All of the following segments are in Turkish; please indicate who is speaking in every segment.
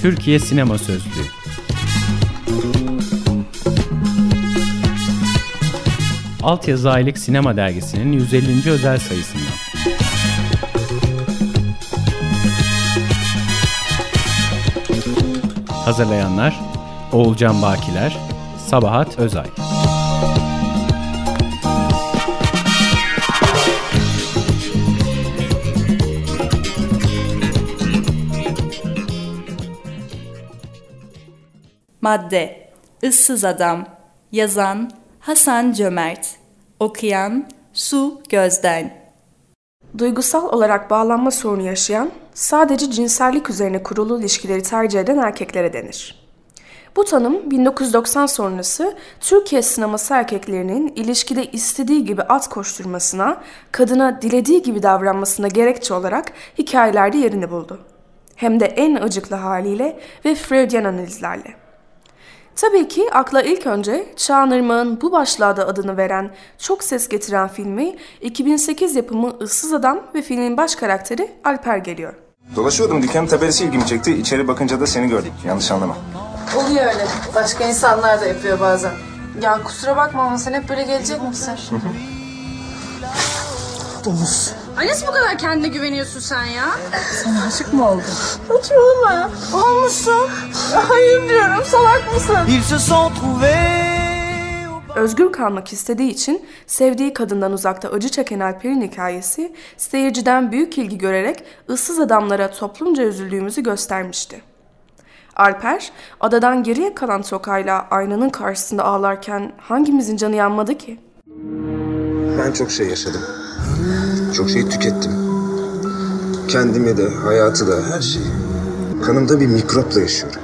Speaker 1: Türkiye Sinema Sözlüğü. Altyazı Aylık Sinema Dergisi'nin 150. özel sayısından. Hazırlayanlar Oğulcan Bakiler, Sabahat Özay.
Speaker 2: Madde: Issız Adam. Yazan: Hasan Cömert. Okuyan: Su Gözden.
Speaker 3: Duygusal olarak bağlanma sorunu yaşayan, sadece cinsellik üzerine kurulu ilişkileri tercih eden erkeklere denir. Bu tanım 1990 sonrası Türkiye sineması erkeklerinin ilişkide istediği gibi at koşturmasına, kadına dilediği gibi davranmasına gerekçe olarak hikayelerde yerini buldu. Hem de en acıklı haliyle ve Freudian analizlerle. Tabii ki akla ilk önce Çağan Irmak'ın bu başlığa da adını veren, çok ses getiren filmi 2008 yapımı Issız Adam ve filmin baş karakteri Alper geliyor.
Speaker 4: Dolaşıyordum, dükkanın tabelası ilgimi çekti. İçeri bakınca da seni gördük. Yanlış anlama.
Speaker 5: Oluyor öyle. Başka insanlar da yapıyor bazen. Ya kusura bakma ama sen hep böyle gelecek misin? Domuz. Ay nasıl bu kadar kendine güveniyorsun sen ya? Sen aşık mı oldun? Saçmalama. Olmuşsun. Hayır diyorum, salak mısın?
Speaker 3: Özgür kalmak istediği için sevdiği kadından uzakta acı çeken Alper'in hikayesi seyirciden büyük ilgi görerek ıssız adamlara toplumca üzüldüğümüzü göstermişti. Alper, adadan geriye kalan sokayla aynanın karşısında ağlarken hangimizin canı yanmadı ki?
Speaker 4: Ben çok şey yaşadım. Çok şey tükettim. Kendimi de, hayatı da, her şeyi. Kanımda bir mikropla yaşıyorum.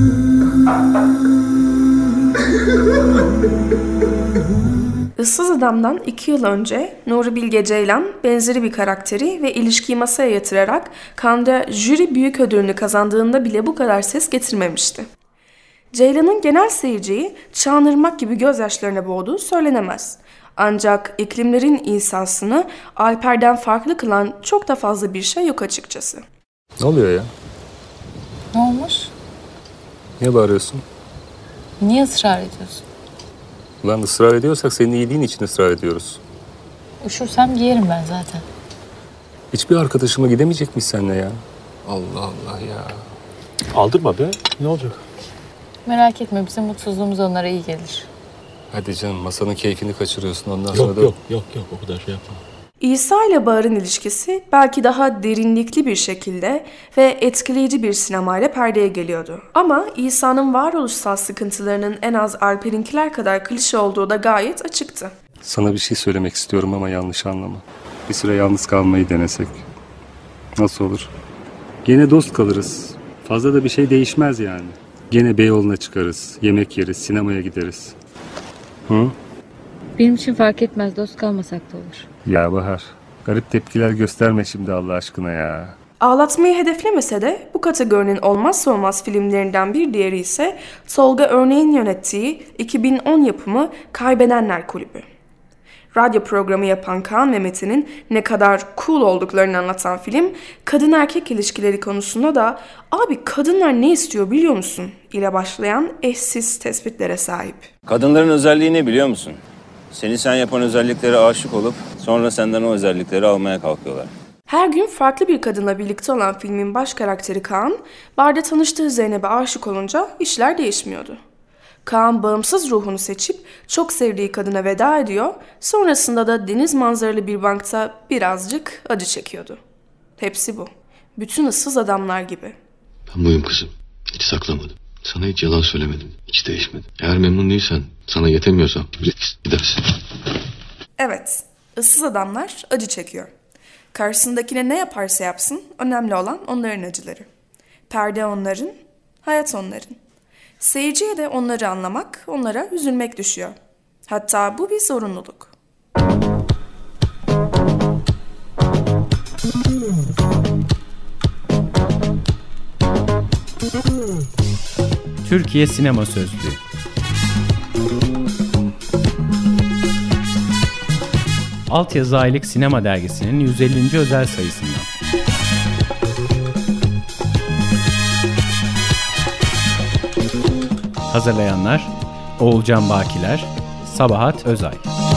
Speaker 3: Issız Adam'dan 2 yıl önce Nuri Bilge Ceylan benzeri bir karakteri ve ilişkiyi masaya yatırarak Cannes'da jüri büyük ödülünü kazandığında bile bu kadar ses getirmemişti. Ceylan'ın genel seyirciyi Çağan Irmak gibi gözyaşlarına boğduğu söylenemez. Ancak iklimlerin İsa'sını Alper'den farklı kılan çok da fazla bir şey yok açıkçası.
Speaker 6: Ne oluyor ya?
Speaker 7: Ne olmuş?
Speaker 6: Niye bağırıyorsun?
Speaker 7: Niye ısrar ediyorsun?
Speaker 6: Ulan ısrar ediyorsak senin iyiliğin için ısrar ediyoruz.
Speaker 7: Üşürsem giyerim ben zaten.
Speaker 6: Hiçbir arkadaşıma gidemeyecek miyiz seninle ya? Allah Allah ya.
Speaker 8: Aldırma be. Ne olacak?
Speaker 7: Merak etme, bizim mutsuzluğumuz onlara iyi gelir.
Speaker 6: Hadi canım, masanın keyfini kaçırıyorsun ondan sonra da...
Speaker 8: Yok o kadar şey yapma.
Speaker 3: İsa ile Bahar'ın ilişkisi belki daha derinlikli bir şekilde ve etkileyici bir sinemayla perdeye geliyordu. Ama İsa'nın varoluşsal sıkıntılarının en az Alper'inkiler kadar klişe olduğu da gayet açıktı.
Speaker 6: Sana bir şey söylemek istiyorum ama yanlış anlama. Bir süre yalnız kalmayı denesek. Nasıl olur? Gene dost kalırız. Fazla da bir şey değişmez yani. Gene Beyoğlu'na çıkarız, yemek yeriz, sinemaya gideriz. Hı?
Speaker 7: Benim için fark etmez, dost kalmasak da olur.
Speaker 6: Ya Bahar, garip tepkiler gösterme şimdi Allah aşkına ya.
Speaker 3: Ağlatmayı hedeflemese de bu kategorinin olmazsa olmaz filmlerinden bir diğeri ise Tolga Örneğin yönettiği 2010 yapımı Kaybedenler Kulübü. Radyo programı yapan Kaan ve Metin'in ne kadar cool olduklarını anlatan film, kadın erkek ilişkileri konusunda da "Abi kadınlar ne istiyor biliyor musun?" ile başlayan eşsiz tespitlere sahip.
Speaker 9: Kadınların özelliği ne biliyor musun? Seni sen yapan özelliklere aşık olup sonra senden o özellikleri almaya kalkıyorlar.
Speaker 3: Her gün farklı bir kadınla birlikte olan filmin baş karakteri Kaan, barda tanıştığı Zeynep'e aşık olunca işler değişmiyordu. Kaan bağımsız ruhunu seçip çok sevdiği kadına veda ediyor, sonrasında da deniz manzaralı bir bankta birazcık acı çekiyordu. Hepsi bu. Bütün ıssız adamlar gibi.
Speaker 10: Ben buyum kızım. Hiç saklamadım. Sana hiç yalan söylemedim. Hiç değişmedim. Eğer memnun değilsen, sana yetemiyorsam gidersin.
Speaker 3: Evet, ıssız adamlar acı çekiyor. Karşısındakine ne yaparsa yapsın, önemli olan onların acıları. Perde onların, hayat onların. Seyirciye de onları anlamak, onlara üzülmek düşüyor. Hatta bu bir zorunluluk.
Speaker 1: Türkiye Sinema Sözlüğü. Altyazı Aylık Sinema Dergisi'nin 150. özel sayısından. Hazırlayanlar Oğulcan Bakiler, Sabahat Özay.